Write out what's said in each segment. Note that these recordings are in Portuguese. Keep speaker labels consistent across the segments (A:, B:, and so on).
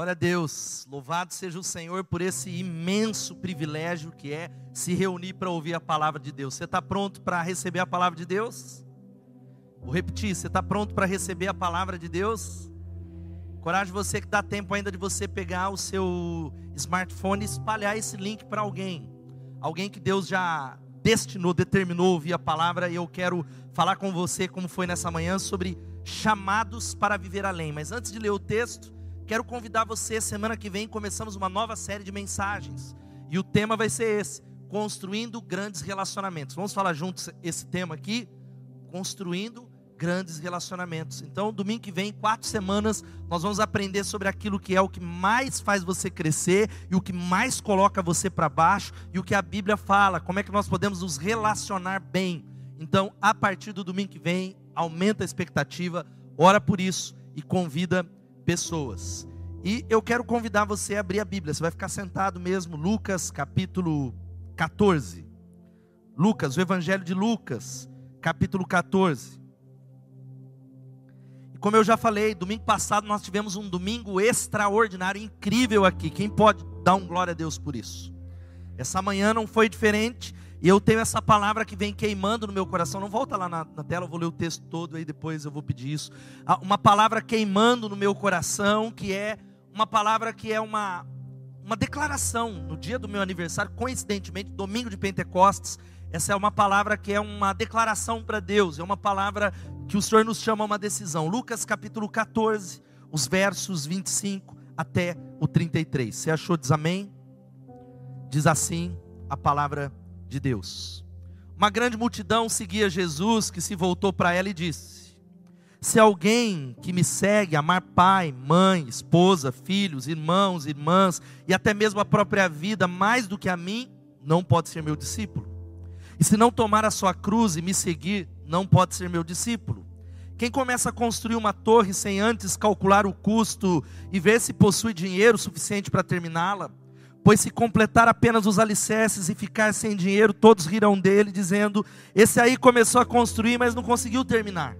A: Glória a Deus, louvado seja o Senhor por esse imenso privilégio que é se reunir para ouvir a palavra de Deus. Você está pronto para receber a palavra de Deus? Vou repetir, você está pronto para receber a palavra de Deus? Coragem você que dá tempo ainda de você pegar o seu smartphone e espalhar esse link para alguém. Alguém que Deus já determinou ouvir a palavra, e eu quero falar com você, como foi nessa manhã, sobre chamados para viver além. Mas antes de ler o texto, quero convidar você, semana que vem começamos uma nova série de mensagens, e o tema vai ser esse: construindo grandes relacionamentos. Vamos falar juntos esse tema aqui? Construindo grandes relacionamentos. Então, domingo que vem, 4 semanas, nós vamos aprender sobre aquilo que é o que mais faz você crescer, e o que mais coloca você para baixo, e o que a Bíblia fala, como é que nós podemos nos relacionar bem. Então, a partir do domingo que vem, aumenta a expectativa, ora por isso, e convida pessoas. E eu quero convidar você a abrir a Bíblia. Você vai ficar sentado mesmo. Lucas capítulo 14. Lucas, o Evangelho de Lucas, capítulo 14. E como eu já falei, domingo passado nós tivemos um domingo extraordinário, incrível aqui. Quem pode dar um glória a Deus por isso? Essa manhã não foi diferente. E eu tenho essa palavra que vem queimando no meu coração. Não volta lá na tela, eu vou ler o texto todo, aí depois eu vou pedir isso. Uma palavra queimando no meu coração, que é uma palavra que é uma declaração. No dia do meu aniversário, coincidentemente, domingo de Pentecostes, essa é uma palavra que é uma declaração para Deus. É uma palavra que o Senhor nos chama a uma decisão. Lucas capítulo 14, os versos 25 até o 33. Você achou? Diz amém? Diz assim a palavra de Deus. Uma grande multidão seguia Jesus, que se voltou para ela e disse: se alguém que me segue amar pai, mãe, esposa, filhos, irmãos, irmãs e até mesmo a própria vida mais do que a mim, não pode ser meu discípulo. E se não tomar a sua cruz e me seguir, não pode ser meu discípulo. Quem começa a construir uma torre sem antes calcular o custo e ver se possui dinheiro suficiente para terminá-la, pois se completar apenas os alicerces e ficar sem dinheiro, todos rirão dele, dizendo: esse aí começou a construir, mas não conseguiu terminar.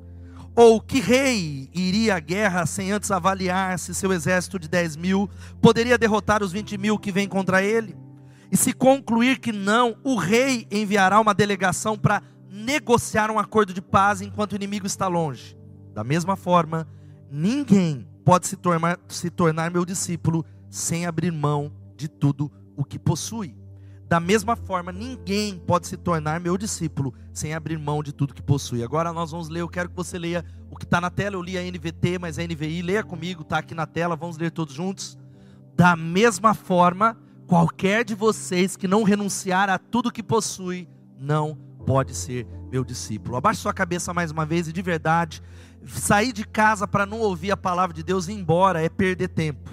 A: Ou que rei iria à guerra sem antes avaliar se seu exército de 10.000 poderia derrotar os 20.000 que vêm contra ele? E se concluir que não, o rei enviará uma delegação para negociar um acordo de paz enquanto o inimigo está longe. Da mesma forma, ninguém pode se tornar meu discípulo sem abrir mão de tudo o que possui. Da mesma forma, ninguém pode se tornar meu discípulo sem abrir mão de tudo que possui. Agora nós vamos ler, eu quero que você leia o que está na tela. Eu li a NVT, mas a NVI, leia comigo, está aqui na tela, vamos ler todos juntos. Da mesma forma, qualquer de vocês que não renunciar a tudo que possui, não pode ser meu discípulo. Abaixe sua cabeça mais uma vez, e de verdade, sair de casa para não ouvir a palavra de Deus e ir embora é perder tempo.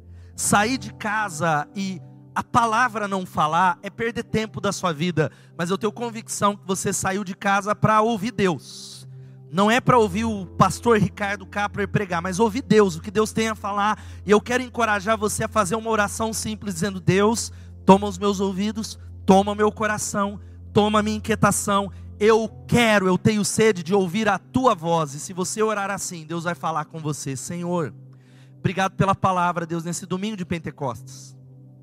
A: Sair de casa e a palavra não falar é perder tempo da sua vida. Mas eu tenho convicção que você saiu de casa para ouvir Deus. Não é para ouvir o pastor Ricardo Capler pregar, mas ouvir Deus, o que Deus tem a falar. E eu quero encorajar você a fazer uma oração simples, dizendo: Deus, toma os meus ouvidos, toma o meu coração, toma a minha inquietação. Eu tenho sede de ouvir a tua voz. E se você orar assim, Deus vai falar com você. Senhor, obrigado pela palavra, Deus, nesse domingo de Pentecostes.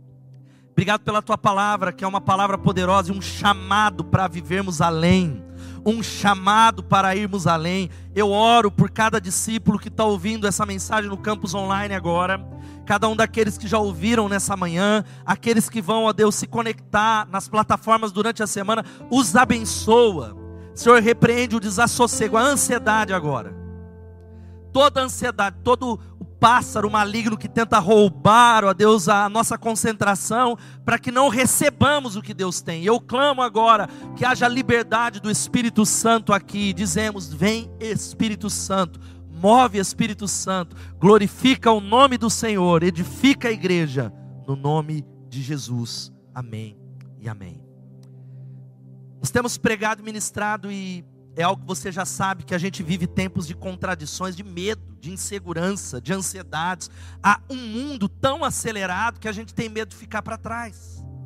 A: Obrigado pela tua palavra, que é uma palavra poderosa e um chamado para vivermos além. Um chamado para irmos além. Eu oro por cada discípulo que está ouvindo essa mensagem no campus online agora. Cada um daqueles que já ouviram nessa manhã. Aqueles que vão, ó Deus, se conectar nas plataformas durante a semana. Os abençoa. Senhor, repreende o desassossego, a ansiedade agora. Toda a ansiedade, todo o pássaro maligno que tenta roubar, ó Deus, a nossa concentração, para que não recebamos o que Deus tem. Eu clamo agora que haja liberdade do Espírito Santo aqui. Dizemos: vem Espírito Santo, move Espírito Santo, glorifica o nome do Senhor, edifica a igreja, no nome de Jesus, amém e amém. Nós temos pregado e ministrado, e é algo que você já sabe, que a gente vive tempos de contradições, de medo, de insegurança, de ansiedades. Há um mundo tão acelerado que a gente tem medo de ficar para trás.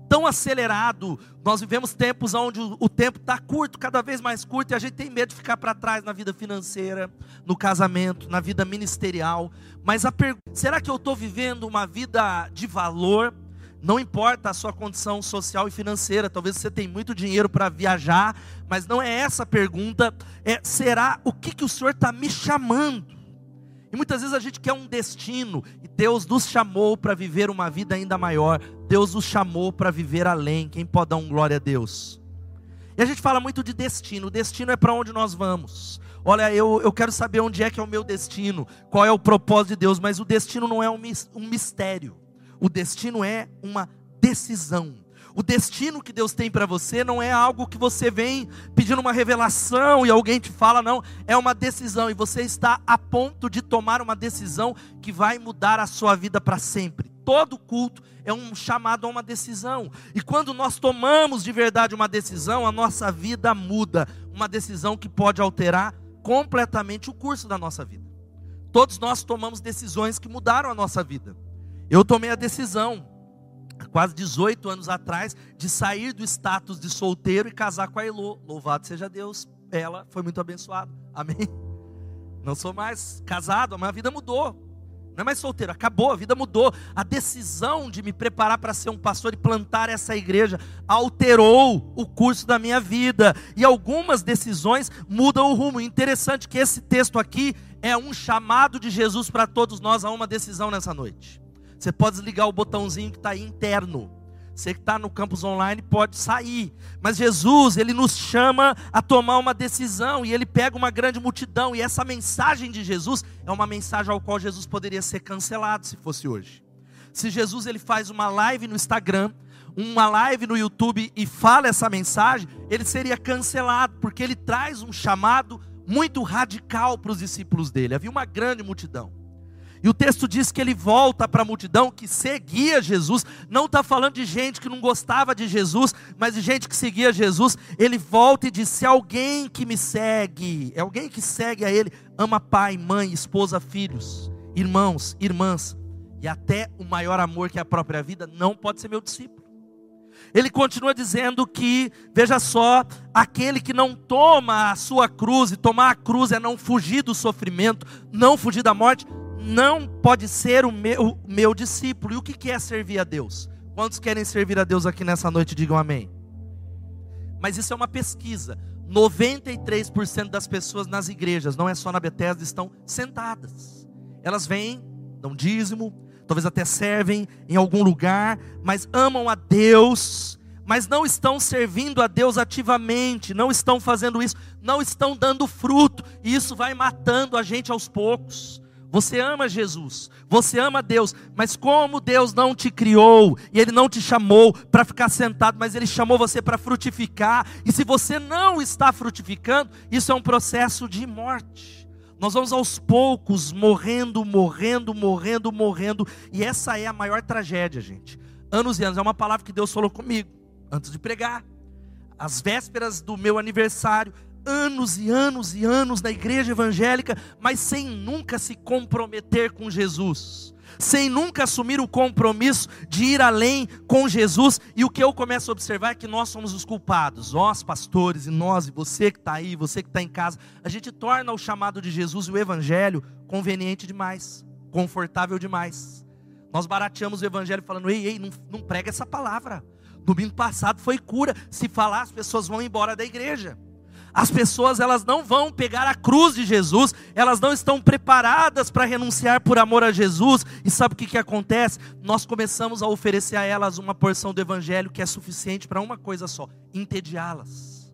A: tão acelerado. Nós vivemos tempos onde o tempo está curto, cada vez mais curto, e a gente tem medo de ficar para trás na vida financeira, no casamento, na vida ministerial. Mas a pergunta: será que eu estou vivendo uma vida de valor? Não importa a sua condição social e financeira, talvez você tenha muito dinheiro para viajar, mas não é essa a pergunta. Será o que o Senhor está me chamando? E muitas vezes a gente quer um destino, e Deus nos chamou para viver uma vida ainda maior. Deus nos chamou para viver além. Quem pode dar um glória a Deus? E a gente fala muito de destino. O destino é para onde nós vamos. Olha, eu quero saber onde é que é o meu destino, qual é o propósito de Deus, mas o destino não é um mistério. O destino é uma decisão. O destino que Deus tem para você não é algo que você vem pedindo uma revelação e alguém te fala, não. É uma decisão, e você está a ponto de tomar uma decisão que vai mudar a sua vida para sempre. Todo culto é um chamado a uma decisão. E quando nós tomamos de verdade uma decisão, a nossa vida muda. Uma decisão que pode alterar completamente o curso da nossa vida. Todos nós tomamos decisões que mudaram a nossa vida. Eu tomei a decisão, há quase 18 anos atrás, de sair do status de solteiro e casar com a Elô. Louvado seja Deus, ela foi muito abençoada, amém? Não sou mais casado, mas a vida mudou. Não é mais solteiro, acabou, a vida mudou. A decisão de me preparar para ser um pastor e plantar essa igreja alterou o curso da minha vida. E algumas decisões mudam o rumo. Interessante que esse texto aqui é um chamado de Jesus para todos nós a uma decisão nessa noite. Você pode desligar o botãozinho que está aí interno. Você que está no campus online pode sair. Mas Jesus, Ele nos chama a tomar uma decisão. E Ele pega uma grande multidão. E essa mensagem de Jesus é uma mensagem ao qual Jesus poderia ser cancelado se fosse hoje. Se Jesus ele faz uma live no Instagram, uma live no YouTube e fala essa mensagem, ele seria cancelado. Porque ele traz um chamado muito radical para os discípulos dele. Havia uma grande multidão. E o texto diz que ele volta para a multidão que seguia Jesus. Não está falando de gente que não gostava de Jesus, mas de gente que seguia Jesus. Ele volta e diz: se alguém que me segue, é alguém que segue a ele, ama pai, mãe, esposa, filhos, irmãos, irmãs, e até o maior amor que é a própria vida, não pode ser meu discípulo. Ele continua dizendo que, veja só, aquele que não toma a sua cruz, e tomar a cruz é não fugir do sofrimento, não fugir da morte, não pode ser o meu discípulo. E o que é servir a Deus? Quantos querem servir a Deus aqui nessa noite? Digam amém. Mas isso é uma pesquisa. 93% das pessoas nas igrejas, não é só na Bethesda, estão sentadas. Elas vêm, dão dízimo, talvez até servem em algum lugar, mas amam a Deus, mas não estão servindo a Deus ativamente, não estão fazendo isso, não estão dando fruto, e isso vai matando a gente aos poucos. Você ama Jesus, você ama Deus, mas como Deus não te criou, e Ele não te chamou para ficar sentado, mas Ele chamou você para frutificar, e se você não está frutificando, isso é um processo de morte. Nós vamos aos poucos morrendo, e essa é a maior tragédia, gente. Anos e anos, é uma palavra que Deus falou comigo, antes de pregar, às vésperas do meu aniversário, anos e anos na igreja evangélica, mas sem nunca se comprometer com Jesus, sem nunca assumir o compromisso de ir além com Jesus. E o que eu começo a observar é que nós somos os culpados, nós pastores, e nós, e você que está aí, você que está em casa, a gente torna o chamado de Jesus e o evangelho conveniente demais, confortável demais. Nós barateamos o evangelho falando: ei, não prega essa palavra, domingo passado foi cura, se falar as pessoas vão embora da igreja. As pessoas, elas não vão pegar a cruz de Jesus, elas não estão preparadas para renunciar por amor a Jesus. E sabe o que acontece? Nós começamos a oferecer a elas uma porção do evangelho que é suficiente para uma coisa só: entediá-las,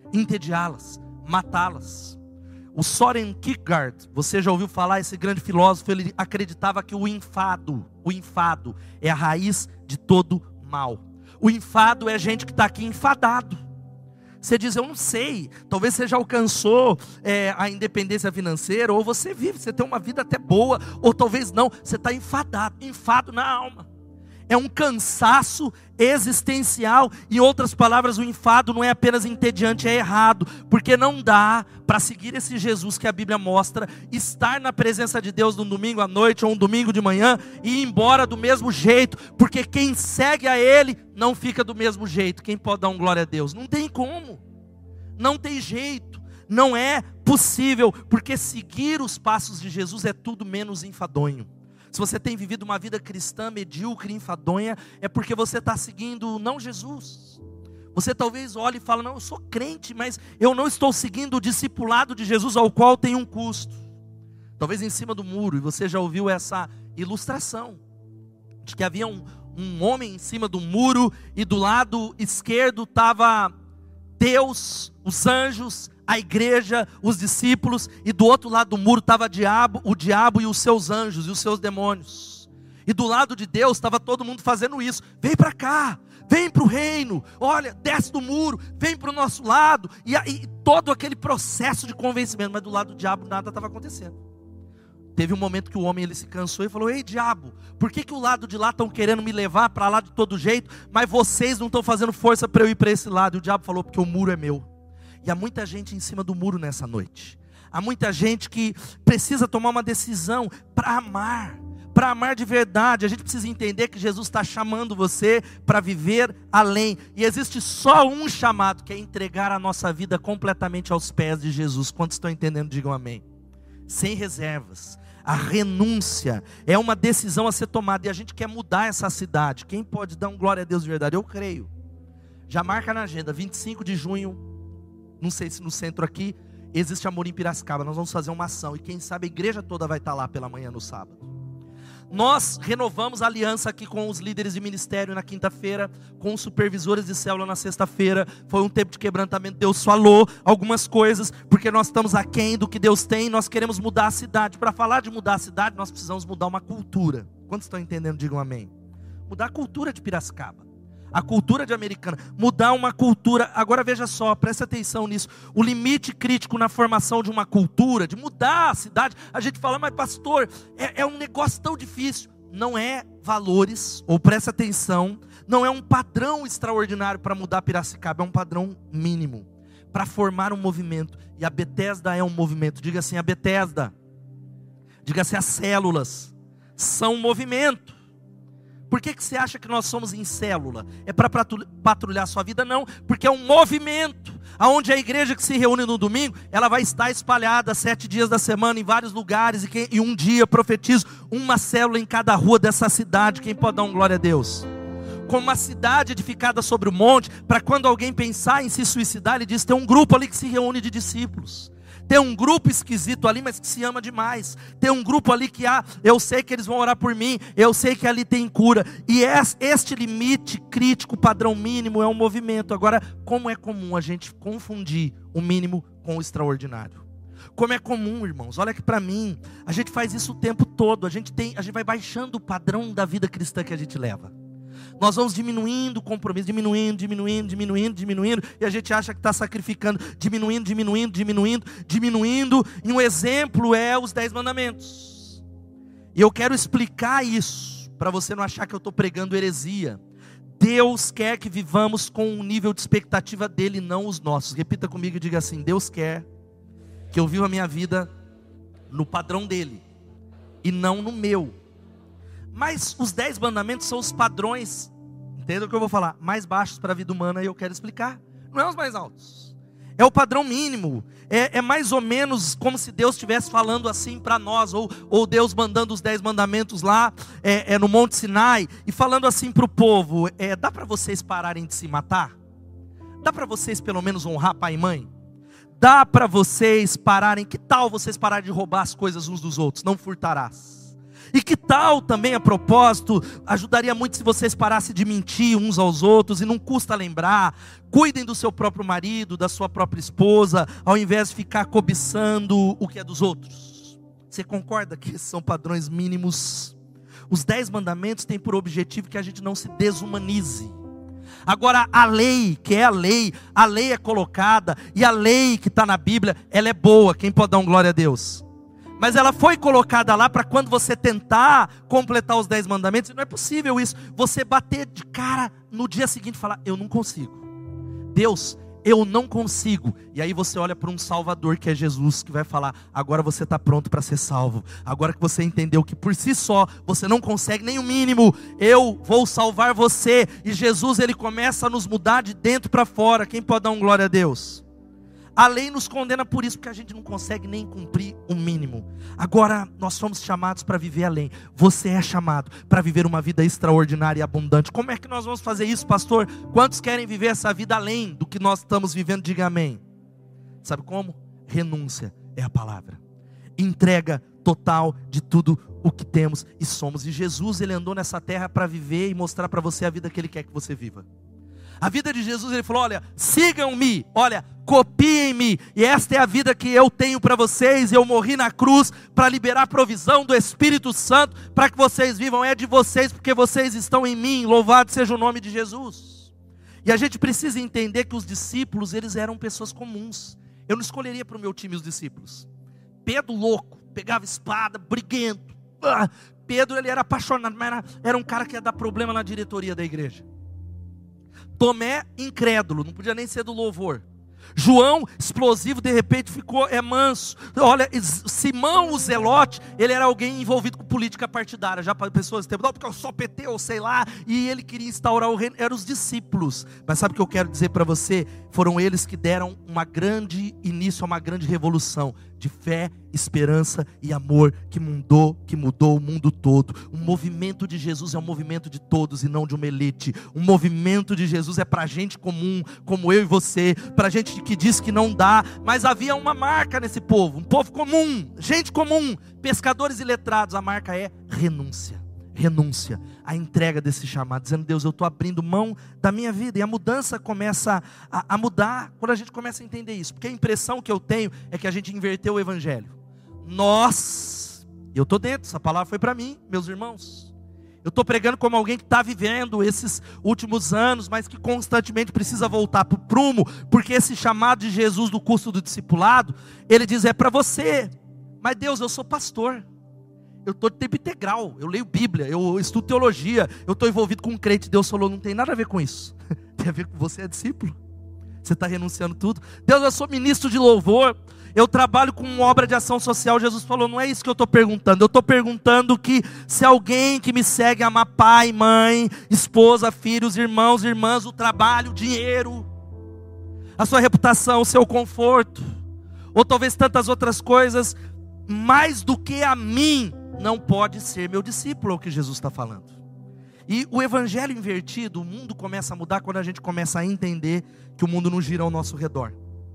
A: matá-las. O Soren Kierkegaard, você já ouviu falar, esse grande filósofo, ele acreditava que o enfado é a raiz de todo mal. O enfado é gente que está aqui enfadado. Você diz: eu não sei, talvez você já alcançou a independência financeira, ou você vive, você tem uma vida até boa, ou talvez não, você está enfadado, enfado na alma. é um cansaço existencial. Em outras palavras, o enfado não é apenas entediante, é errado, porque não dá para seguir esse Jesus que a Bíblia mostra, estar na presença de Deus num domingo à noite ou um domingo de manhã e ir embora do mesmo jeito, porque quem segue a Ele não fica do mesmo jeito. Quem pode dar um glória a Deus? Não tem como, não tem jeito, não é possível, porque seguir os passos de Jesus é tudo menos enfadonho. Se você tem vivido uma vida cristã medíocre, enfadonha, é porque você está seguindo não Jesus. Você talvez olhe e fale, não, eu sou crente, mas eu não estou seguindo o discipulado de Jesus, ao qual tem um custo. Talvez em cima do muro, e você já ouviu essa ilustração, de que havia um homem em cima do muro, e do lado esquerdo estava Deus, os anjos, a igreja, os discípulos, e do outro lado do muro estava o diabo e os seus anjos e os seus demônios. E do lado de Deus estava todo mundo fazendo isso. Vem para cá, vem para o reino, olha, desce do muro, vem para o nosso lado, e todo aquele processo de convencimento. Mas do lado do diabo nada estava acontecendo. Teve um momento que o homem ele se cansou e falou, ei diabo, por que o lado de lá estão querendo me levar para lá de todo jeito, mas vocês não estão fazendo força para eu ir para esse lado? E o diabo falou, porque o muro é meu. E há muita gente em cima do muro nessa noite. Há muita gente que precisa tomar uma decisão para amar de verdade. A gente precisa entender que Jesus está chamando você para viver além. E existe só um chamado, que é entregar a nossa vida completamente aos pés de Jesus. Quantos estão entendendo, digam amém. Sem reservas. A renúncia é uma decisão a ser tomada. E a gente quer mudar essa cidade. Quem pode dar um glória a Deus de verdade? Eu creio. Já marca na agenda, 25 de junho. Não sei se no centro aqui existe Amor em Piracicaba. Nós vamos fazer uma ação. E quem sabe a igreja toda vai estar lá pela manhã no sábado. Nós renovamos a aliança aqui com os líderes de ministério na quinta-feira, com os supervisores de célula na sexta-feira. Foi um tempo de quebrantamento. Deus falou algumas coisas, porque nós estamos aquém do que Deus tem. Nós queremos mudar a cidade. Para falar de mudar a cidade, nós precisamos mudar uma cultura. Quantos estão entendendo? Digam amém. Mudar a cultura de Piracicaba, a cultura de Americana, mudar uma cultura. Agora veja só, presta atenção nisso. O limite crítico na formação de uma cultura, de mudar a cidade. A gente fala, mas pastor, é um negócio tão difícil. Não é valores, ou presta atenção, não é um padrão extraordinário para mudar Piracicaba, é um padrão mínimo para formar um movimento. E a Bethesda é um movimento. Diga assim, a Bethesda, diga assim, as células são um movimento. Por que você acha que nós somos em célula? É para patrulhar a sua vida? Não, porque é um movimento, onde a igreja que se reúne no domingo, ela vai estar espalhada 7 dias da semana em vários lugares, e um dia, profetizo, uma célula em cada rua dessa cidade. Quem pode dar um glória a Deus? Como uma cidade edificada sobre o monte, para quando alguém pensar em se suicidar, ele diz, tem um grupo ali que se reúne de discípulos. Tem um grupo esquisito ali, mas que se ama demais. Tem um grupo ali que eu sei que eles vão orar por mim, eu sei que ali tem cura. E este limite crítico, padrão mínimo, é um movimento. Agora, como é comum a gente confundir o mínimo com o extraordinário? Como é comum, irmãos, olha aqui para mim, a gente faz isso o tempo todo. A gente vai baixando o padrão da vida cristã que a gente leva. Nós vamos diminuindo o compromisso, diminuindo, e a gente acha que está sacrificando, diminuindo. E um exemplo é os 10 mandamentos. E eu quero explicar isso, para você não achar que eu estou pregando heresia. Deus quer que vivamos com um nível de expectativa dele, não os nossos. Repita comigo e diga assim, Deus quer que eu viva a minha vida no padrão dele, e não no meu. Mas os 10 mandamentos são os padrões, entenda o que eu vou falar, mais baixos para a vida humana, e eu quero explicar. Não é os mais altos, é o padrão mínimo. É mais ou menos como se Deus estivesse falando assim para nós, ou Deus mandando os 10 mandamentos lá no Monte Sinai, e falando assim para o povo, dá para vocês pararem de se matar? Dá para vocês pelo menos honrar pai e mãe? Dá para vocês pararem, que tal vocês pararem de roubar as coisas uns dos outros? Não furtarás. E que tal também, a propósito, ajudaria muito se vocês parassem de mentir uns aos outros, e não custa lembrar, cuidem do seu próprio marido, da sua própria esposa, ao invés de ficar cobiçando o que é dos outros. Você concorda que esses são padrões mínimos? Os 10 mandamentos têm por objetivo que a gente não se desumanize. Agora a lei, que é a lei é colocada, e a lei que está na Bíblia, ela é boa. Quem pode dar um glória a Deus? Mas ela foi colocada lá para quando você tentar completar os 10 mandamentos, não é possível isso, você bater de cara no dia seguinte e falar, eu não consigo. Deus, eu não consigo. E aí você olha para um Salvador que é Jesus, que vai falar, agora você está pronto para ser salvo. Agora que você entendeu que por si só você não consegue nem o mínimo, eu vou salvar você. E Jesus, ele começa a nos mudar de dentro para fora. Quem pode dar um glória a Deus? A lei nos condena por isso, porque a gente não consegue nem cumprir o mínimo. Agora nós somos chamados para viver além. Você é chamado para viver uma vida extraordinária e abundante. Como é que nós vamos fazer isso, pastor? Quantos querem viver essa vida além do que nós estamos vivendo? Diga amém. Sabe como? Renúncia é a palavra. Entrega total de tudo o que temos e somos. E Jesus, ele andou nessa terra para viver e mostrar para você a vida que ele quer que você viva. A vida de Jesus, ele falou, olha, sigam-me, olha, copiem-me, e esta é a vida que eu tenho para vocês. Eu morri na cruz para liberar a provisão do Espírito Santo, para que vocês vivam, é de vocês, porque vocês estão em mim, louvado seja o nome de Jesus. E a gente precisa entender que os discípulos, eles eram pessoas comuns. Eu não escolheria para o meu time os discípulos. Pedro louco, pegava espada, briguento. Pedro, ele era apaixonado, mas era um cara que ia dar problema na diretoria da igreja. Tomé, incrédulo, não podia nem ser do louvor. João, explosivo, de repente ficou, manso. Olha, Simão, o Zelote, ele era alguém envolvido com política partidária, já para pessoas tempo, não, porque eu sou PT, ou sei lá, e ele queria instaurar o reino, eram os discípulos. Mas sabe o que eu quero dizer para você? Foram eles que deram uma grande início a uma grande revolução de fé, esperança e amor que mudou o mundo todo. O movimento de Jesus é um movimento de todos e não de uma elite. O movimento de Jesus é para gente comum, como eu e você, para gente que diz que não dá, mas havia uma marca nesse povo, um povo comum, gente comum, pescadores e letrados. A marca é renúncia. Renúncia, a entrega desse chamado, dizendo, Deus, eu estou abrindo mão da minha vida. E a mudança começa a mudar quando a gente começa a entender isso. Porque a impressão que eu tenho é que a gente inverteu o evangelho. Eu estou dentro, essa palavra foi para mim, meus irmãos. Eu estou pregando como alguém que está vivendo esses últimos anos, mas que constantemente precisa voltar para o prumo, porque esse chamado de Jesus do curso do discipulado, ele diz, é para você. Mas Deus, eu sou pastor. Eu estou de tempo integral, eu leio Bíblia, eu estudo teologia, eu estou envolvido com um crente. Deus falou, não tem nada a ver com isso. Tem a ver com você, é discípulo. Você está renunciando tudo. Deus, eu sou ministro de louvor, eu trabalho com obra de ação social. Jesus falou, não é isso que eu estou perguntando. Eu estou perguntando que se alguém que me segue amar pai, mãe, esposa, filhos, irmãos, irmãs, o trabalho, o dinheiro, a sua reputação, o seu conforto, ou talvez tantas outras coisas, mais do que a mim, não pode ser meu discípulo, é o que Jesus está falando. E o evangelho invertido, o mundo começa a mudar quando a gente começa a entender que o mundo não gira ao nosso redor.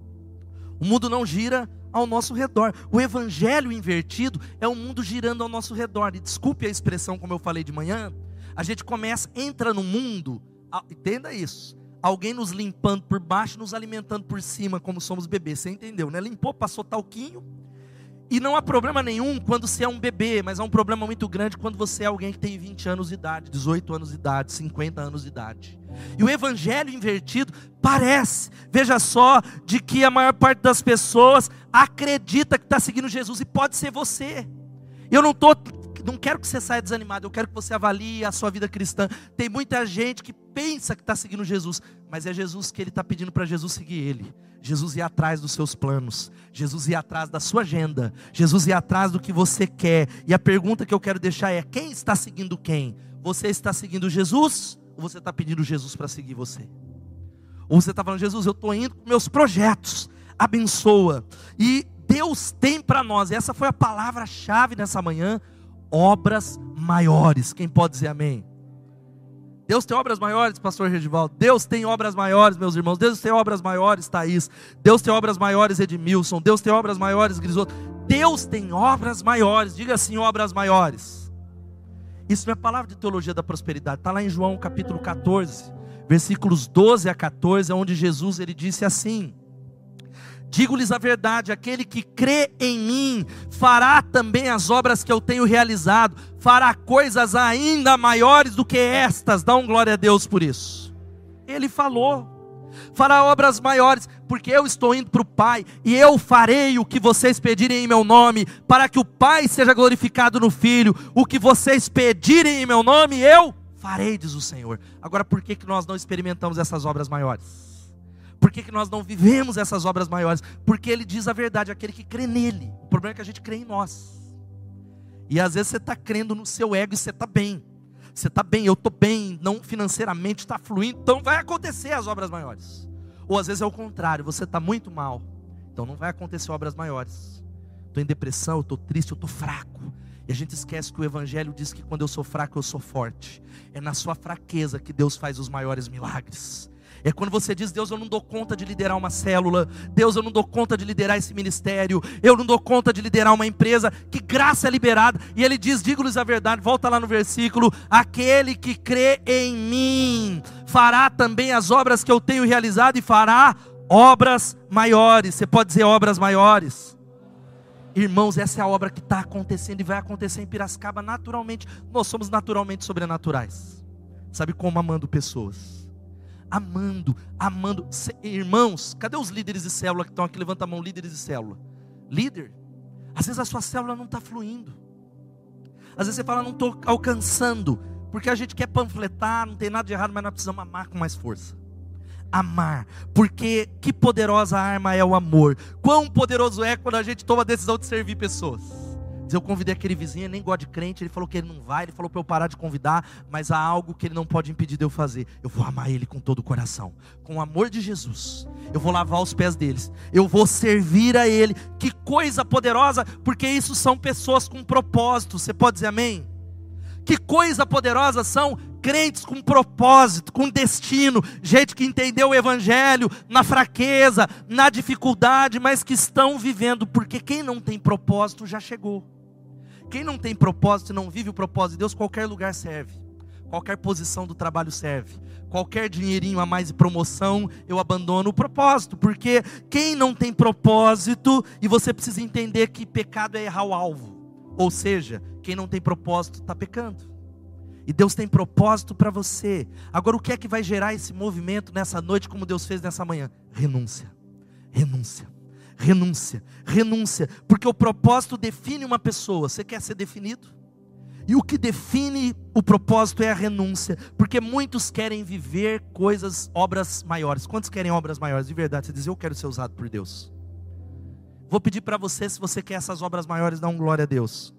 A: O mundo não gira ao nosso redor. O evangelho invertido é o mundo girando ao nosso redor. E desculpe a expressão, como eu falei de manhã, a gente entra no mundo, entenda isso, alguém nos limpando por baixo, nos alimentando por cima, como somos bebês. Você entendeu, né? Limpou, passou talquinho. E não há problema nenhum quando você é um bebê, mas há um problema muito grande quando você é alguém que tem 20 anos de idade, 18 anos de idade, 50 anos de idade. E o evangelho invertido parece, veja só, de que a maior parte das pessoas acredita que está seguindo Jesus, e pode ser você. Eu não quero que você saia desanimado, eu quero que você avalie a sua vida cristã. Tem muita gente que pensa que está seguindo Jesus, mas é Jesus que ele está pedindo para Jesus seguir ele. Jesus ia atrás dos seus planos, Jesus ia atrás da sua agenda, Jesus ia atrás do que você quer. E a pergunta que eu quero deixar é, quem está seguindo quem? Você está seguindo Jesus, ou você está pedindo Jesus para seguir você? Ou você está falando, Jesus, eu estou indo com meus projetos, abençoa. E Deus tem para nós, essa foi a palavra-chave nessa manhã, obras maiores. Quem pode dizer amém? Deus tem obras maiores, pastor Regivaldo. Deus tem obras maiores, meus irmãos. Deus tem obras maiores, Thaís. Deus tem obras maiores, Edmilson. Deus tem obras maiores, Grisoto. Deus tem obras maiores. Diga assim, obras maiores. Isso não é palavra de teologia da prosperidade. Está lá em João capítulo 14, versículos 12 a 14, onde Jesus ele disse assim: digo-lhes a verdade, aquele que crê em mim, fará também as obras que eu tenho realizado, fará coisas ainda maiores do que estas. Dá um glória a Deus por isso. Ele falou, fará obras maiores. porque eu estou indo para o Pai, e eu farei o que vocês pedirem em meu nome, para que o Pai seja glorificado no Filho. O que vocês pedirem em meu nome, eu farei, diz o Senhor. Agora, por que nós não experimentamos essas obras maiores? Por que nós não vivemos essas obras maiores? Porque Ele diz a verdade, aquele que crê nele. O problema é que a gente crê em nós. E às vezes você está crendo no seu ego e você está bem. Você está bem, eu estou bem, não financeiramente está fluindo, então vai acontecer as obras maiores. Ou às vezes é o contrário, você está muito mal, então não vai acontecer obras maiores. Estou em depressão, eu estou triste, eu estou fraco. E a gente esquece que o Evangelho diz que quando eu sou fraco, eu sou forte. É na sua fraqueza que Deus faz os maiores milagres. É quando você diz: Deus, eu não dou conta de liderar uma célula. Deus, eu não dou conta de liderar esse ministério. Eu não dou conta de liderar uma empresa. Que graça é liberada. E Ele diz: digo-lhes a verdade, volta lá no versículo: aquele que crê em mim fará também as obras que eu tenho realizado, e fará obras maiores. Você pode dizer obras maiores? Irmãos, essa é a obra que está acontecendo e vai acontecer em Piracicaba naturalmente. Nós somos naturalmente sobrenaturais. Sabe como? Amando pessoas. Amando. Irmãos, cadê os líderes de célula que estão aqui? Levanta a mão, líderes de célula. Líder, às vezes a sua célula não está fluindo. Às vezes você fala: não estou alcançando. Porque a gente quer panfletar, não tem nada de errado, mas nós precisamos amar com mais força. Amar, porque que poderosa arma é o amor. Quão poderoso é quando a gente toma a decisão de servir pessoas. Eu convidei aquele vizinho, ele nem gosta de crente, ele falou que ele não vai, ele falou para eu parar de convidar, mas há algo que ele não pode impedir de eu fazer. Eu vou amar ele com todo o coração, com o amor de Jesus. Eu vou lavar os pés deles, eu vou servir a ele. Que coisa poderosa, porque isso são pessoas com propósito. Você pode dizer amém? Que coisa poderosa são crentes com propósito, com destino, gente que entendeu o Evangelho na fraqueza, na dificuldade, mas que estão vivendo, porque quem não tem propósito já chegou. Quem não tem propósito e não vive o propósito de Deus, qualquer lugar serve, qualquer posição do trabalho serve, qualquer dinheirinho a mais de promoção, eu abandono o propósito, porque quem não tem propósito, e você precisa entender que pecado é errar o alvo, ou seja, quem não tem propósito está pecando. E Deus tem propósito para você. Agora, o que é que vai gerar esse movimento nessa noite, como Deus fez nessa manhã? Renúncia, renúncia, renúncia, renúncia. Porque o propósito define uma pessoa. Você quer ser definido? E o que define o propósito é a renúncia. Porque muitos querem viver coisas, obras maiores. Quantos querem obras maiores? De verdade, você diz: eu quero ser usado por Deus. Vou pedir para você, se você quer essas obras maiores, dá um glória a Deus.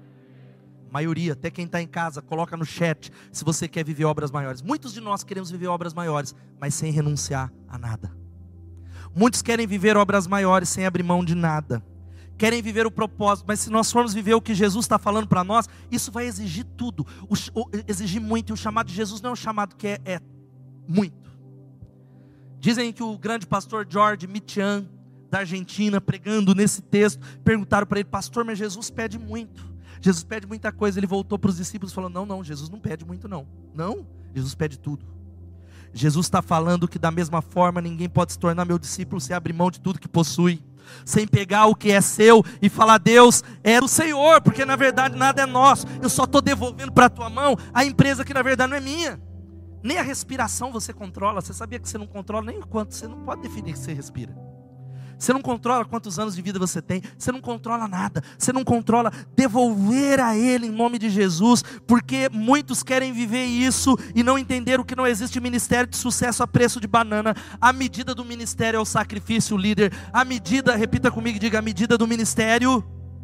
A: Maioria, até quem está em casa, coloca no chat se você quer viver obras maiores. Muitos de nós queremos viver obras maiores, mas sem renunciar a nada. Muitos querem viver obras maiores sem abrir mão de nada. Querem viver o propósito, mas se nós formos viver o que Jesus está falando para nós, isso vai exigir tudo, exigir muito. E o chamado de Jesus não é um chamado que é muito. Dizem que o grande pastor George Mitchan, da Argentina, pregando nesse texto, perguntaram para ele: pastor, mas Jesus pede muito. Jesus pede muita coisa. Ele voltou para os discípulos e falou: não, Jesus não pede muito não. Não, Jesus pede tudo. Jesus está falando que da mesma forma ninguém pode se tornar meu discípulo sem abrir mão de tudo que possui, sem pegar o que é seu e falar: Deus, é do Senhor, porque na verdade nada é nosso, eu só estou devolvendo para a tua mão a empresa que na verdade não é minha. Nem a respiração você controla. Você sabia que você não controla nem o quanto? Você não pode definir que você respira. Você não controla quantos anos de vida você tem. Você não controla nada. Você não controla devolver a Ele em nome de Jesus. Porque muitos querem viver isso e não entenderam que não existe ministério de sucesso a preço de banana. A medida do ministério é o sacrifício, líder. A medida, repita comigo e diga: a medida do ministério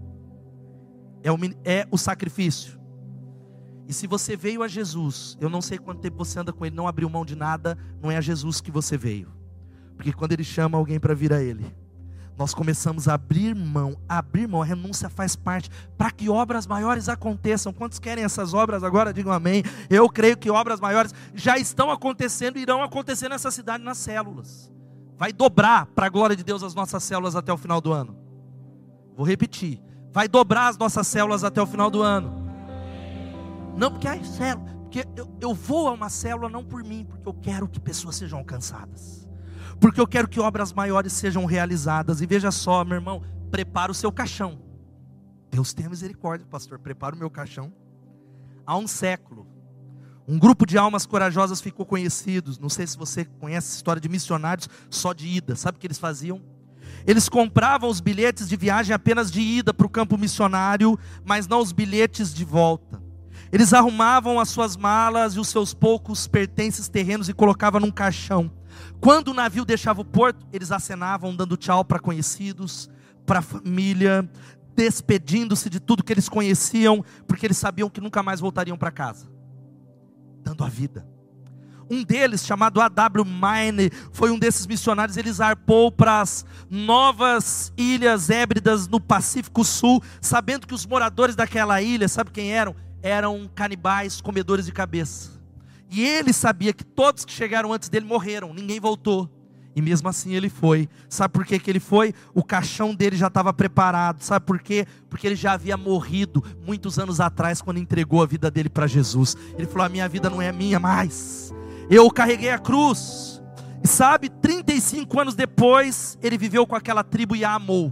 A: é o sacrifício. E se você veio a Jesus, eu não sei quanto tempo você anda com Ele, não abriu mão de nada, não é a Jesus que você veio. Porque quando Ele chama alguém para vir a Ele, nós começamos a abrir mão, a renúncia faz parte, para que obras maiores aconteçam. Quantos querem essas obras agora? Digam amém. Eu creio que obras maiores já estão acontecendo e irão acontecer nessa cidade, nas células. Vai dobrar para a glória de Deus as nossas células até o final do ano. Vou repetir, vai dobrar as nossas células até o final do ano. Não porque é célula, porque eu vou a uma célula não por mim, porque eu quero que pessoas sejam alcançadas. Porque eu quero que obras maiores sejam realizadas. E veja só, meu irmão, prepara o seu caixão. Deus tenha misericórdia, pastor, prepara o meu caixão. Há um século, Um grupo de almas corajosas ficou conhecido. Não sei se você conhece essa história de missionários só de ida. Sabe o que eles faziam? Eles compravam os bilhetes de viagem apenas de ida para o campo missionário, mas não os bilhetes de volta. Eles arrumavam as suas malas e os seus poucos pertences terrenos e colocavam num caixão. Quando o navio deixava o porto, eles acenavam dando tchau para conhecidos, para a família, despedindo-se de tudo que eles conheciam, porque eles sabiam que nunca mais voltariam para casa, dando a vida. Um deles, chamado A.W. Milne, foi um desses missionários. Ele zarpou para as novas ilhas Hébridas no Pacífico Sul, sabendo que os moradores daquela ilha, sabe quem eram? Eram canibais, comedores de cabeça. E ele sabia que todos que chegaram antes dele morreram, ninguém voltou. E mesmo assim ele foi. Sabe por que ele foi? O caixão dele já estava preparado. Sabe por quê? Porque ele já havia morrido muitos anos atrás, quando entregou a vida dele para Jesus. Ele falou: a minha vida não é minha mais, eu carreguei a cruz. E sabe, 35 anos depois, ele viveu com aquela tribo e a amou.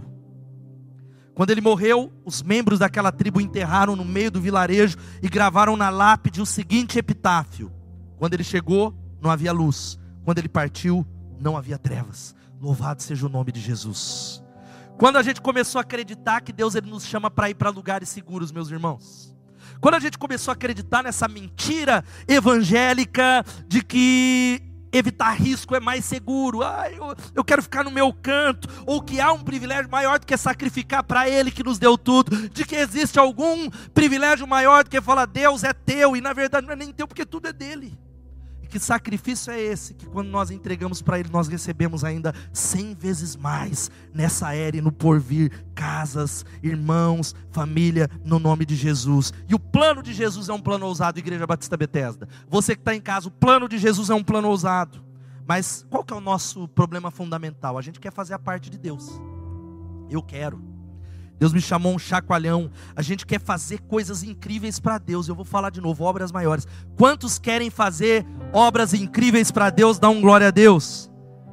A: Quando ele morreu, os membros daquela tribo o enterraram no meio do vilarejo e gravaram na lápide o seguinte epitáfio: quando ele chegou, não havia luz. Quando ele partiu, não havia trevas. Louvado seja o nome de Jesus. Quando a gente começou a acreditar que Deus ele nos chama para ir para lugares seguros, meus irmãos. Quando a gente começou a acreditar nessa mentira evangélica de que evitar risco é mais seguro, eu quero ficar no meu canto, ou que há um privilégio maior do que sacrificar para Ele que nos deu tudo, de que existe algum privilégio maior do que falar Deus é teu, e na verdade não é nem teu porque tudo é dele. E que sacrifício é esse, que quando nós entregamos para Ele, nós recebemos ainda 100 vezes mais, nessa era e no porvir, casas, irmãos, família, no nome de Jesus. E o plano de Jesus é um plano ousado, Igreja Batista Betesda. Você que está em casa, o plano de Jesus é um plano ousado. Mas qual que é o nosso problema fundamental? A gente quer fazer a parte de Deus. Eu quero. Deus me chamou um chacoalhão. A gente quer fazer coisas incríveis para Deus. Eu vou falar de novo, obras maiores. Quantos querem fazer obras incríveis para Deus? Dá um glória a Deus.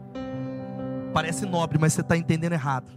A: Parece nobre, mas você está entendendo errado.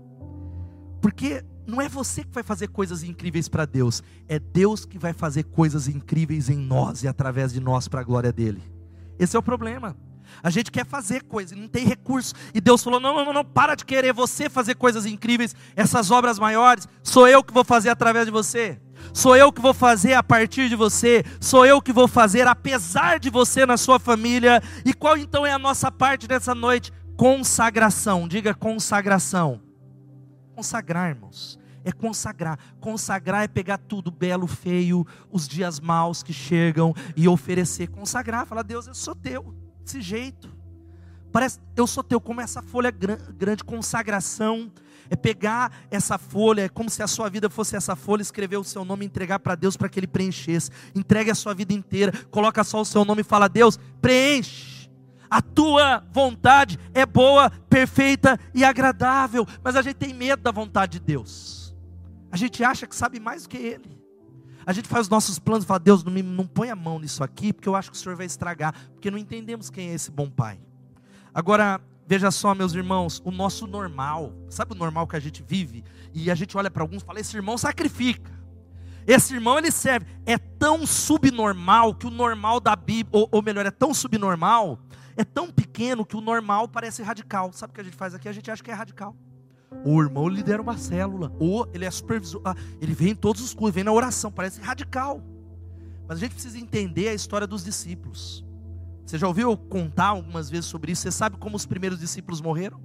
A: Porque não é você que vai fazer coisas incríveis para Deus. É Deus que vai fazer coisas incríveis em nós e através de nós para a glória dEle. Esse é o problema. A gente quer fazer coisas, não tem recurso. E Deus falou: não, para de querer você fazer coisas incríveis. Essas obras maiores, sou eu que vou fazer através de você. Sou eu que vou fazer a partir de você. Sou eu que vou fazer apesar de você na sua família. E qual então é a nossa parte nessa noite? Consagração. Diga consagração. Consagrar, irmãos, é consagrar. Consagrar é pegar tudo belo, feio, os dias maus que chegam e oferecer. Consagrar, falar: Deus, eu sou teu. Desse jeito, parece, eu sou teu, como essa folha grande. Consagração é pegar essa folha, é como se a sua vida fosse essa folha, escrever o seu nome e entregar para Deus para que Ele preenchesse. Entregue a sua vida inteira, coloca só o seu nome e fala: Deus, preenche, a tua vontade é boa, perfeita e agradável. Mas a gente tem medo da vontade de Deus, a gente acha que sabe mais do que Ele. A gente faz os nossos planos e fala: Deus, não põe a mão nisso aqui, porque eu acho que o Senhor vai estragar, porque não entendemos quem é esse bom Pai. Agora, veja só, meus irmãos, o nosso normal, sabe o normal que a gente vive? E a gente olha para alguns e fala: esse irmão sacrifica, esse irmão ele serve. É tão subnormal que o normal da Bíblia, ou melhor, é tão subnormal, é tão pequeno que o normal parece radical. Sabe o que a gente faz aqui? A gente acha que é radical. O irmão lidera uma célula, ou ele é supervisor, ele vem em todos os cultos, vem na oração, parece radical. Mas a gente precisa entender a história dos discípulos. Você já ouviu eu contar algumas vezes sobre isso? Você sabe como os primeiros discípulos morreram?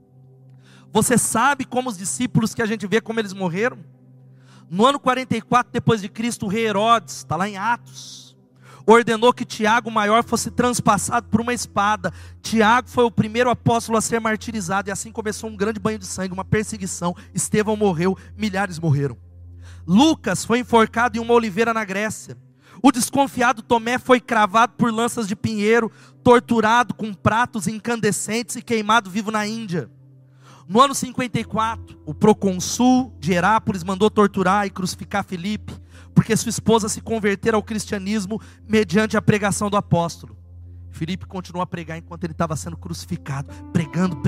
A: Você sabe como os discípulos que a gente vê como eles morreram? No ano 44 depois de Cristo, o rei Herodes, está lá em Atos, ordenou que Tiago, o maior, fosse transpassado por uma espada. Tiago foi o primeiro apóstolo a ser martirizado, e assim começou um grande banho de sangue, uma perseguição. Estevão morreu, milhares morreram. Lucas foi enforcado em uma oliveira na Grécia. O desconfiado Tomé foi cravado por lanças de pinheiro, torturado com pratos incandescentes e queimado vivo na Índia. No ano 54, o procônsul de Herápolis mandou torturar e crucificar Filipe, porque sua esposa se convertera ao cristianismo mediante a pregação do apóstolo. Filipe continuou a pregar enquanto ele estava sendo crucificado, pregando.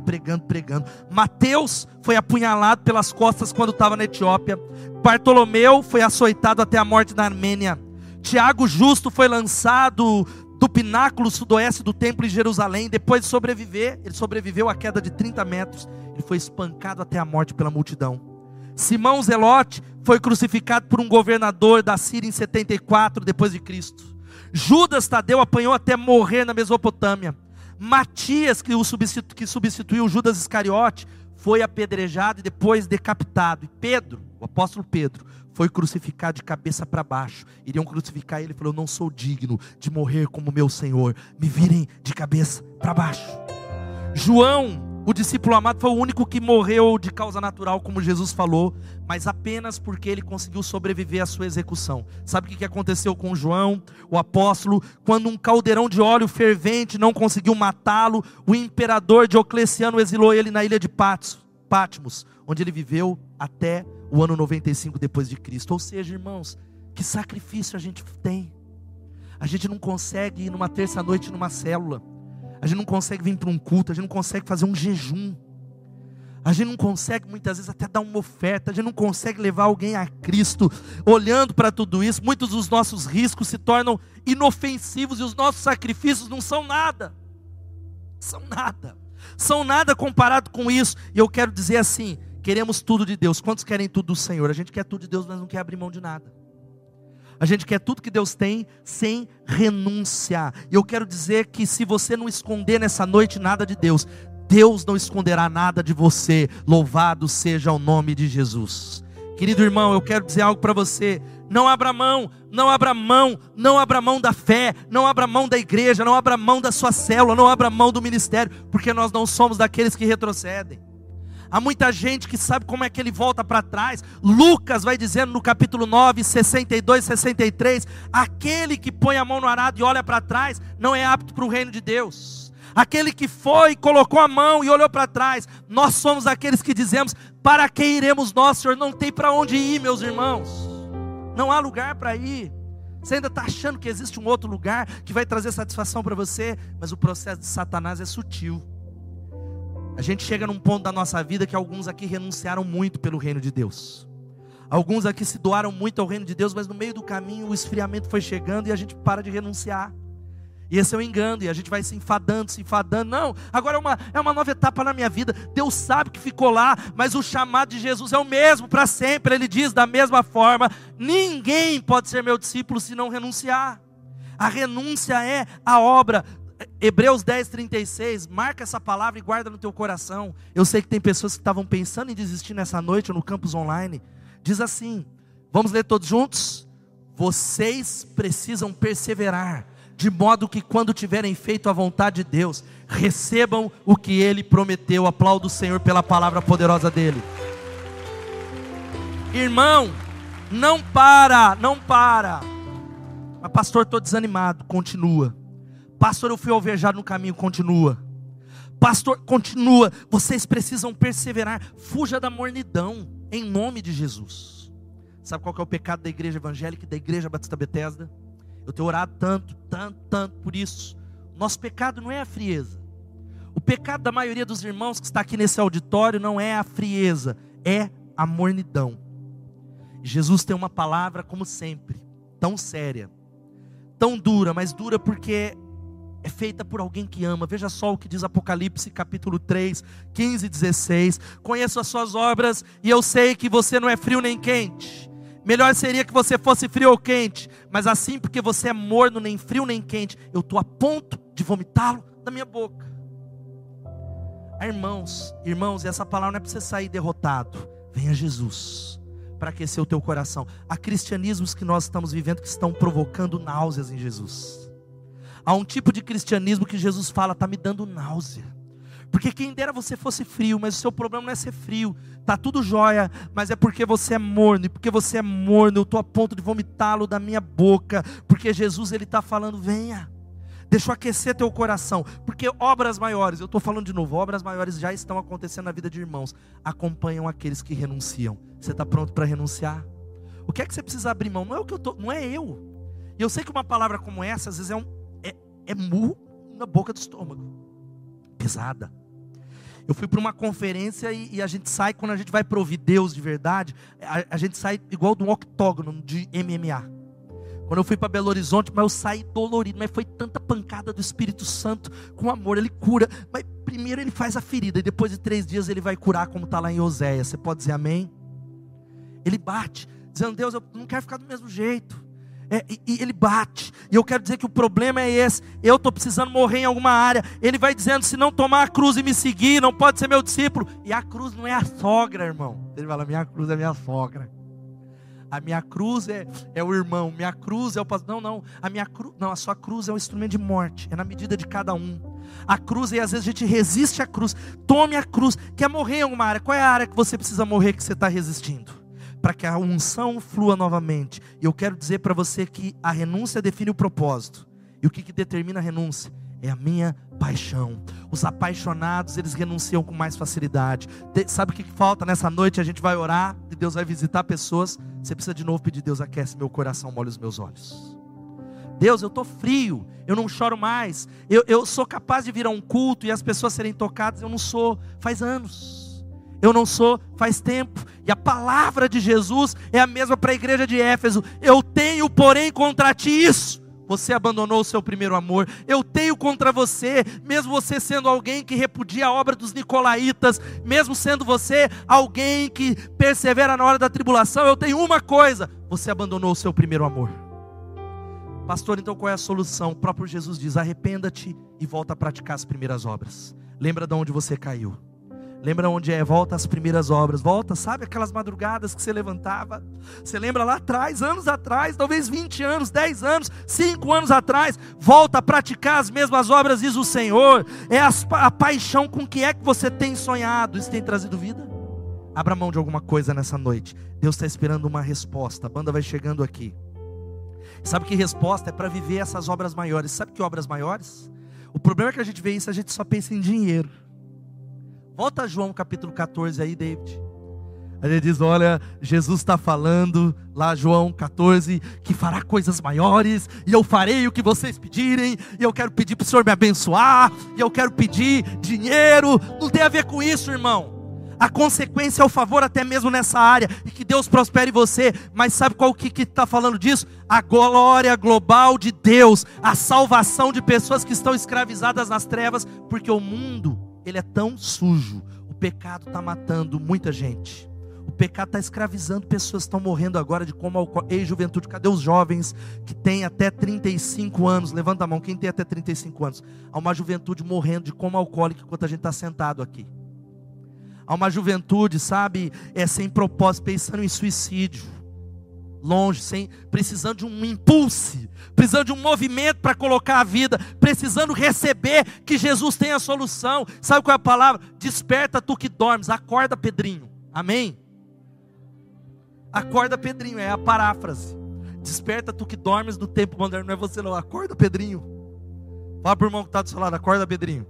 A: Mateus foi apunhalado pelas costas quando estava na Etiópia. Bartolomeu foi açoitado até a morte na Armênia. Tiago justo foi lançado do pináculo sudoeste do templo em Jerusalém. Depois de sobreviver, ele sobreviveu à queda de 30 metros. Ele foi espancado até a morte pela multidão. Simão Zelote foi crucificado por um governador da Síria em 74 depois de Cristo. Judas Tadeu apanhou até morrer na Mesopotâmia. Matias, que substituiu Judas Iscariote, foi apedrejado e depois decapitado. E Pedro, o apóstolo Pedro, foi crucificado de cabeça para baixo. Iriam crucificar ele, ele falou: eu não sou digno de morrer como meu Senhor, me virem de cabeça para baixo. João, o discípulo amado, foi o único que morreu de causa natural, como Jesus falou, mas apenas porque ele conseguiu sobreviver à sua execução. Sabe o que aconteceu com João, o apóstolo? Quando um caldeirão de óleo fervente não conseguiu matá-lo, o imperador Diocleciano exilou ele na ilha de Patmos, onde ele viveu até o ano 95 depois de Cristo. Ou seja, irmãos, que sacrifício a gente tem. A gente não consegue ir numa terça-noite numa célula. A gente não consegue vir para um culto. A gente não consegue fazer um jejum. A gente não consegue muitas vezes até dar uma oferta. A gente não consegue levar alguém a Cristo. Olhando para tudo isso, muitos dos nossos riscos se tornam inofensivos e os nossos sacrifícios não são nada. São nada comparado com isso. E eu quero dizer assim: queremos tudo de Deus. Quantos querem tudo do Senhor? A gente quer tudo de Deus, mas não quer abrir mão de nada. A gente quer tudo que Deus tem sem renunciar. E eu quero dizer que se você não esconder nessa noite nada de Deus, Deus não esconderá nada de você. Louvado seja o nome de Jesus. Querido irmão, eu quero dizer algo para você. Não abra mão, não abra mão, não abra mão da fé, não abra mão da igreja, não abra mão da sua célula, não abra mão do ministério, porque nós não somos daqueles que retrocedem. Há muita gente que sabe como é que ele volta para trás. Lucas vai dizendo no capítulo 9, 62, 63, aquele que põe a mão no arado e olha para trás, não é apto para o reino de Deus. Aquele que foi, colocou a mão e olhou para trás, nós somos aqueles que dizemos: para que iremos nós, Senhor? Não tem para onde ir, meus irmãos. Não há lugar para ir. Você ainda está achando que existe um outro lugar que vai trazer satisfação para você, mas o processo de Satanás é sutil. A gente chega num ponto da nossa vida que alguns aqui renunciaram muito pelo reino de Deus. Alguns aqui se doaram muito ao reino de Deus, mas no meio do caminho o esfriamento foi chegando e a gente para de renunciar. E esse é o engano, e a gente vai se enfadando. Não, agora é uma nova etapa na minha vida. Deus sabe que ficou lá, mas o chamado de Jesus é o mesmo para sempre. Ele diz da mesma forma: ninguém pode ser meu discípulo se não renunciar. A renúncia é a obra. Hebreus 10, 36, marca essa palavra e guarda no teu coração. Eu sei que tem pessoas que estavam pensando em desistir nessa noite ou no campus online. Diz assim, vamos ler todos juntos? Vocês precisam perseverar, de modo que quando tiverem feito a vontade de Deus, recebam o que Ele prometeu. Aplauda o Senhor pela palavra poderosa dEle. Irmão, não para. Mas pastor, estou desanimado. Continua. Pastor, eu fui alvejado no caminho. Continua. Pastor, continua. Vocês precisam perseverar. Fuja da mornidão, em nome de Jesus. Sabe qual que é o pecado da igreja evangélica e da igreja Batista Betesda? Eu tenho orado tanto por isso. Nosso pecado não é a frieza. O pecado da maioria dos irmãos que está aqui nesse auditório não é a frieza, é a mornidão. Jesus tem uma palavra, como sempre, tão séria, tão dura, mas dura porque é feita por alguém que ama. Veja só o que diz Apocalipse capítulo 3, 15 e 16. Conheço as suas obras e eu sei que você não é frio nem quente. Melhor seria que você fosse frio ou quente, mas assim, porque você é morno, nem frio nem quente, eu estou a ponto de vomitá-lo da minha boca. Irmãos, e essa palavra não é para você sair derrotado. Venha Jesus para aquecer o teu coração. Há cristianismos que nós estamos vivendo que estão provocando náuseas em Jesus. Há um tipo de cristianismo que Jesus fala: está me dando náusea. Porque quem dera você fosse frio, mas o seu problema não é ser frio. Está tudo jóia, mas é porque você é morno. E porque você é morno, eu estou a ponto de vomitá-lo da minha boca. Porque Jesus, Ele está falando: venha, deixa eu aquecer teu coração. Porque obras maiores, eu estou falando de novo, obras maiores já estão acontecendo na vida de irmãos. Acompanham aqueles que renunciam. Você está pronto para renunciar? O que é que você precisa abrir mão? Não é o que eu tô, não é eu. E eu sei que uma palavra como essa, às vezes é murro na boca do estômago. Pesada. Eu fui para uma conferência e a gente sai, quando a gente vai para ouvir Deus de verdade, a gente sai igual de um octógono de MMA. Quando eu fui para Belo Horizonte, mas eu saí dolorido, mas foi tanta pancada do Espírito Santo com amor, ele cura, mas primeiro ele faz a ferida, e depois de 3 dias ele vai curar, como está lá em Oséias. Você pode dizer amém? Ele bate, dizendo: Deus, eu não quero ficar do mesmo jeito. E ele bate, e eu quero dizer que o problema é esse: eu estou precisando morrer em alguma área. Ele vai dizendo: se não tomar a cruz e me seguir, não pode ser meu discípulo. E a cruz não é a sogra, irmão. Ele fala: minha cruz é minha sogra. A minha cruz é o irmão, minha cruz é o pastor. Não, a sua cruz é um instrumento de morte, é na medida de cada um. A cruz, e às vezes a gente resiste à cruz. Tome a cruz. Quer morrer em alguma área? Qual é a área que você precisa morrer, que você está resistindo? Para que a unção flua novamente. E eu quero dizer para você que a renúncia define o propósito. E o que determina a renúncia? É a minha paixão. Os apaixonados, eles renunciam com mais facilidade. Sabe o que falta nessa noite? A gente vai orar e Deus vai visitar pessoas. Você precisa de novo pedir: Deus, aquece meu coração, molha os meus olhos. Deus, eu estou frio, eu não choro mais. Eu sou capaz de vir a um culto e as pessoas serem tocadas. Eu não sou, faz anos. Eu não sou, faz tempo. E a palavra de Jesus é a mesma para a igreja de Éfeso: eu tenho, porém, contra ti isso: você abandonou o seu primeiro amor. Eu tenho contra você, mesmo você sendo alguém que repudia a obra dos nicolaítas, mesmo sendo você alguém que persevera na hora da tribulação, eu tenho uma coisa: você abandonou o seu primeiro amor. Pastor, então qual é a solução? O próprio Jesus diz: arrependa-te e volta a praticar as primeiras obras. Lembra de onde você caiu. Lembra onde volta às primeiras obras. Volta, sabe aquelas madrugadas que você levantava? Você lembra lá atrás, anos atrás, talvez 20 anos, 10 anos, 5 anos atrás. Volta a praticar as mesmas obras, diz o Senhor. É a paixão com que é que você tem sonhado. Isso tem trazido vida? Abra mão de alguma coisa nessa noite. Deus está esperando uma resposta. A banda vai chegando aqui. Sabe que resposta é para viver essas obras maiores? Sabe que obras maiores? O problema é que a gente vê isso, a gente só pensa em dinheiro. Volta a João capítulo 14 aí, David. Ele diz: olha, Jesus está falando lá, João 14, que fará coisas maiores, e eu farei o que vocês pedirem, e eu quero pedir para o Senhor me abençoar, e eu quero pedir dinheiro. Não tem a ver com isso, irmão. A consequência é o favor até mesmo nessa área, e que Deus prospere você. Mas sabe qual que está falando disso? A glória global de Deus, a salvação de pessoas que estão escravizadas nas trevas, porque o mundo, ele é tão sujo. O pecado está matando muita gente. O pecado está escravizando pessoas, estão morrendo agora de coma alcoólico. Ei, juventude, cadê os jovens que têm até 35 anos? Levanta a mão, quem tem até 35 anos? Há uma juventude morrendo de coma alcoólico enquanto a gente está sentado aqui. Há uma juventude, sabe, sem propósito, pensando em suicídio. Longe, precisando de um impulso, precisando de um movimento para colocar a vida, precisando receber que Jesus tem a solução. Sabe qual é a palavra? Desperta tu que dormes, acorda Pedrinho, amém? Acorda Pedrinho, é a paráfrase. Desperta tu que dormes no tempo moderno, não é você não, acorda Pedrinho. Fala para o irmão que está do seu lado: acorda Pedrinho.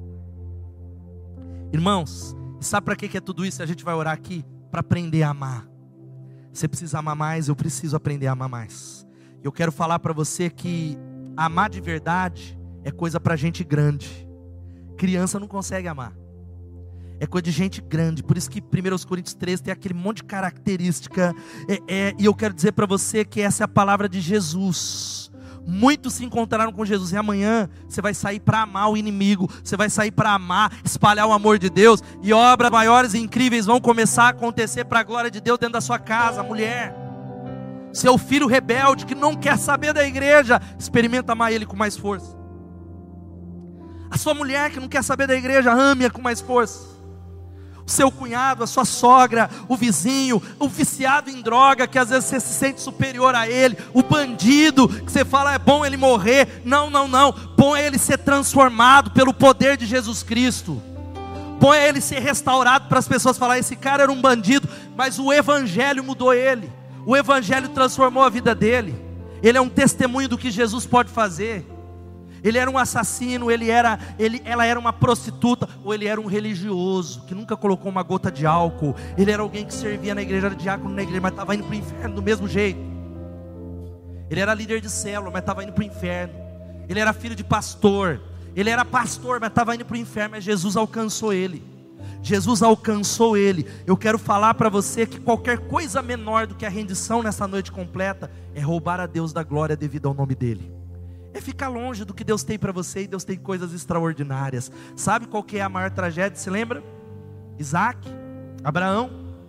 A: Irmãos, sabe para que é tudo isso? A gente vai orar aqui para aprender a amar. Você precisa amar mais, eu preciso aprender a amar mais. Eu quero falar para você que amar de verdade é coisa para gente grande. Criança não consegue amar. É coisa de gente grande. Por isso que 1 Coríntios 13 tem aquele monte de característica. E eu quero dizer para você que essa é a palavra de Jesus. Muitos se encontraram com Jesus, e amanhã você vai sair para amar o inimigo, você vai sair para amar, espalhar o amor de Deus, e obras maiores e incríveis vão começar a acontecer para a glória de Deus dentro da sua casa. Mulher, seu filho rebelde que não quer saber da igreja, experimenta amar ele com mais força. A sua mulher que não quer saber da igreja, ame-a com mais força. O seu cunhado, a sua sogra, o vizinho, o viciado em droga, que às vezes você se sente superior a ele, o bandido, que você fala é bom ele morrer. Não, bom é ele ser transformado pelo poder de Jesus Cristo. Bom é ele ser restaurado, para as pessoas falarem: esse cara era um bandido, mas o Evangelho mudou ele, o Evangelho transformou a vida dele. Ele é um testemunho do que Jesus pode fazer. Ele era um assassino, ela era uma prostituta, ou ele era um religioso, que nunca colocou uma gota de álcool. Ele era alguém que servia na igreja, era diácono na igreja, mas estava indo para o inferno do mesmo jeito. Ele era líder de célula, mas estava indo para o inferno. Ele era filho de pastor, ele era pastor, mas estava indo para o inferno, mas Jesus alcançou ele. Jesus alcançou ele. Eu quero falar para você que qualquer coisa menor do que a rendição nessa noite completa é roubar a Deus da glória devida ao nome dele. É ficar longe do que Deus tem para você, e Deus tem coisas extraordinárias. Sabe qual que é a maior tragédia? Se lembra? Isaac, Abraão,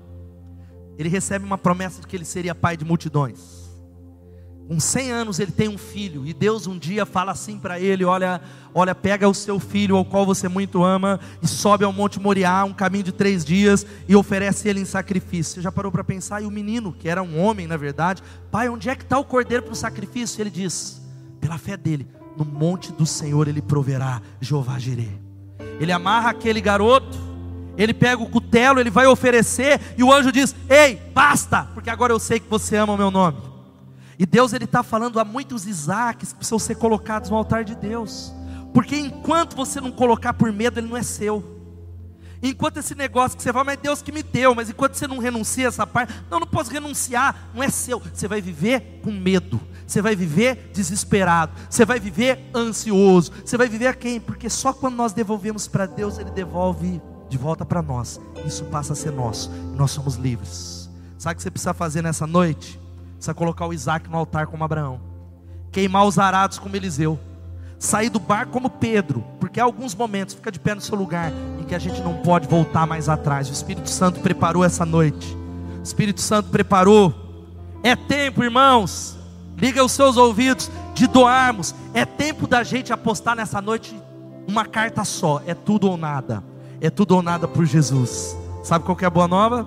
A: ele recebe uma promessa de que ele seria pai de multidões. Com 100 anos ele tem um filho, e Deus um dia fala assim para ele: olha, pega o seu filho, ao qual você muito ama, e sobe ao Monte Moriá, um caminho de 3 dias, e oferece ele em sacrifício. Você já parou para pensar? E o menino, que era um homem na verdade: pai, onde é que está o cordeiro para o sacrifício? Ele diz, pela fé dele, no monte do Senhor ele proverá, Jeová Jirê. Ele amarra aquele garoto, ele pega o cutelo, ele vai oferecer, e o anjo diz: ei, basta, porque agora eu sei que você ama o meu nome. E Deus, ele está falando a muitos Isaques que precisam ser colocados no altar de Deus, porque enquanto você não colocar por medo, ele não é seu. Enquanto esse negócio que você fala, mas Deus que me deu, mas enquanto você não renuncia essa parte, não posso renunciar, não é seu. Você vai viver com medo, você vai viver desesperado, você vai viver ansioso, você vai viver a quem? Porque só quando nós devolvemos para Deus, ele devolve de volta para nós. Isso passa a ser nosso, e nós somos livres. Sabe o que você precisa fazer nessa noite? Precisa colocar o Isaac no altar como Abraão, queimar os arados como Eliseu, sair do barco como Pedro, porque há alguns momentos, fica de pé no seu lugar, em que a gente não pode voltar mais atrás. O Espírito Santo preparou essa noite, o Espírito Santo preparou. É tempo, irmãos, liga os seus ouvidos, de doarmos. É tempo da gente apostar nessa noite uma carta só: é tudo ou nada, é tudo ou nada por Jesus. Sabe qual que é a boa nova?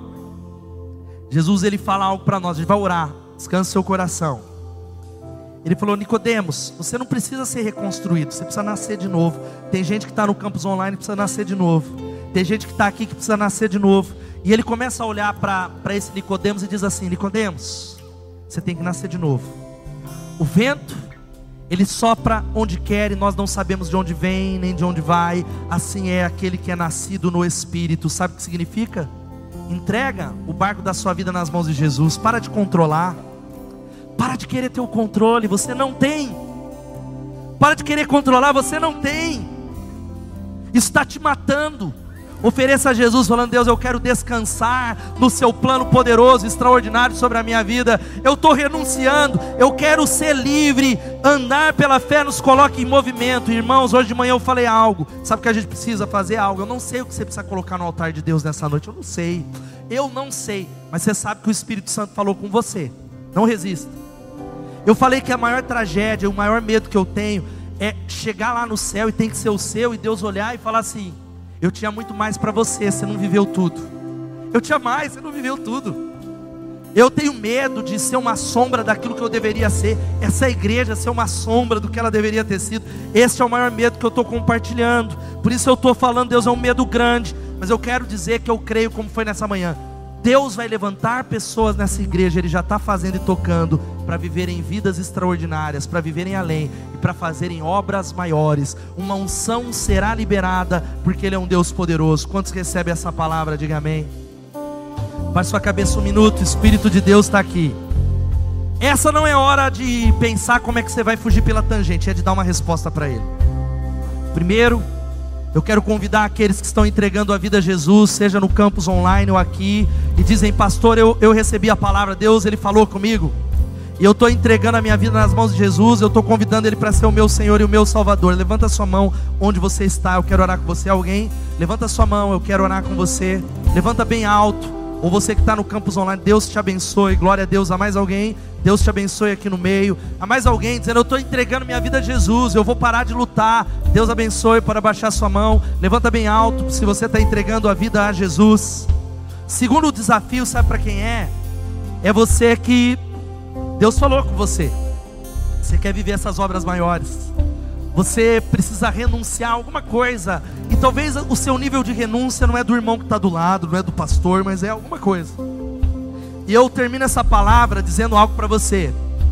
A: Jesus, ele fala algo para nós, a gente vai orar. Descanse seu coração. Ele falou: Nicodemos, você não precisa ser reconstruído, você precisa nascer de novo. Tem gente que está no campus online que precisa nascer de novo. Tem gente que está aqui que precisa nascer de novo. E ele começa a olhar para esse Nicodemos e diz assim: Nicodemos, você tem que nascer de novo. O vento, ele sopra onde quer, e nós não sabemos de onde vem, nem de onde vai. Assim é aquele que é nascido no Espírito. Sabe o que significa? Entrega o barco da sua vida nas mãos de Jesus. Para de controlar, para de querer ter o controle, você não tem. Para de querer controlar, você não tem. Isso está te matando. Ofereça a Jesus falando: Deus, eu quero descansar no seu plano poderoso, extraordinário sobre a minha vida. Eu estou renunciando, eu quero ser livre. Andar pela fé nos coloca em movimento. Irmãos, hoje de manhã eu falei algo. Sabe que a gente precisa fazer algo? Eu não sei o que você precisa colocar no altar de Deus nessa noite. Eu não sei, mas você sabe que o Espírito Santo falou com você. Não resista. Eu falei que a maior tragédia, o maior medo que eu tenho é chegar lá no céu, e tem que ser o seu, e Deus olhar e falar assim: eu tinha muito mais para você, você não viveu tudo. Eu tinha mais, você não viveu tudo. Eu tenho medo de ser uma sombra daquilo que eu deveria ser. Essa igreja ser uma sombra do que ela deveria ter sido. Esse é o maior medo que eu estou compartilhando. Por isso eu estou falando, Deus, é um medo grande. Mas eu quero dizer que eu creio, como foi nessa manhã, Deus vai levantar pessoas nessa igreja. Ele já está fazendo e tocando, para viverem vidas extraordinárias, para viverem além, e para fazerem obras maiores. Uma unção será liberada, porque Ele é um Deus poderoso. Quantos recebem essa palavra? Diga amém. Baixe sua cabeça um minuto, o Espírito de Deus está aqui. Essa não é hora de pensar como é que você vai fugir pela tangente, é de dar uma resposta para Ele. Primeiro, eu quero convidar aqueles que estão entregando a vida a Jesus, seja no campus online ou aqui, e dizem: pastor, eu recebi a palavra, Deus, Ele falou comigo, e eu estou entregando a minha vida nas mãos de Jesus, eu estou convidando Ele para ser o meu Senhor e o meu Salvador. Levanta a sua mão onde você está, eu quero orar com você. Alguém? Levanta a sua mão, eu quero orar com você. Levanta bem alto. Ou você que está no campus online, Deus te abençoe, glória a Deus. Há mais alguém? Deus te abençoe aqui no meio. Há mais alguém dizendo: eu estou entregando minha vida a Jesus, eu vou parar de lutar. Deus abençoe. Para baixar sua mão, levanta bem alto se você está entregando a vida a Jesus. Segundo desafio, sabe para quem é? É você que Deus falou com você. Você quer viver essas obras maiores, você precisa renunciar a alguma coisa. E talvez o seu nível de renúncia não é do irmão que está do lado, não é do pastor, mas é alguma coisa. E eu termino essa palavra dizendo algo para você.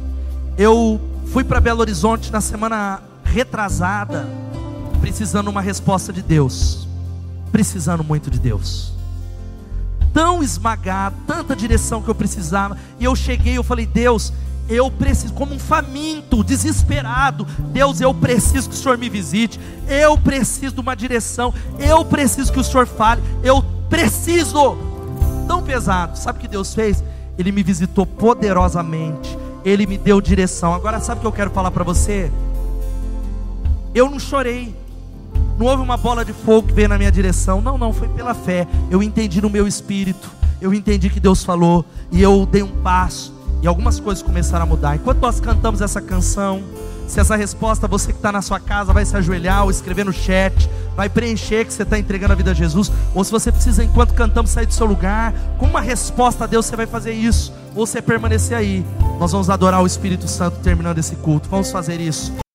A: Eu fui para Belo Horizonte na semana retrasada, precisando de uma resposta de Deus. Precisando muito de Deus. Tão esmagado, tanta direção que eu precisava. E eu cheguei, eu falei: Deus, eu preciso, como um faminto, desesperado, Deus, eu preciso que o Senhor me visite, eu preciso de uma direção, eu preciso que o Senhor fale, eu preciso. Tão pesado. Sabe o que Deus fez? Ele me visitou poderosamente, Ele me deu direção. Agora sabe o que eu quero falar para você? Eu não chorei, não houve uma bola de fogo que veio na minha direção, não, foi pela fé. Eu entendi no meu espírito, eu entendi que Deus falou, e eu dei um passo, e algumas coisas começaram a mudar. Enquanto nós cantamos essa canção, se essa resposta, você que está na sua casa vai se ajoelhar ou escrever no chat, vai preencher que você está entregando a vida a Jesus, ou se você precisa, enquanto cantamos, sair do seu lugar, com uma resposta a Deus, você vai fazer isso, ou você permanecer aí. Nós vamos adorar o Espírito Santo terminando esse culto. Vamos fazer isso.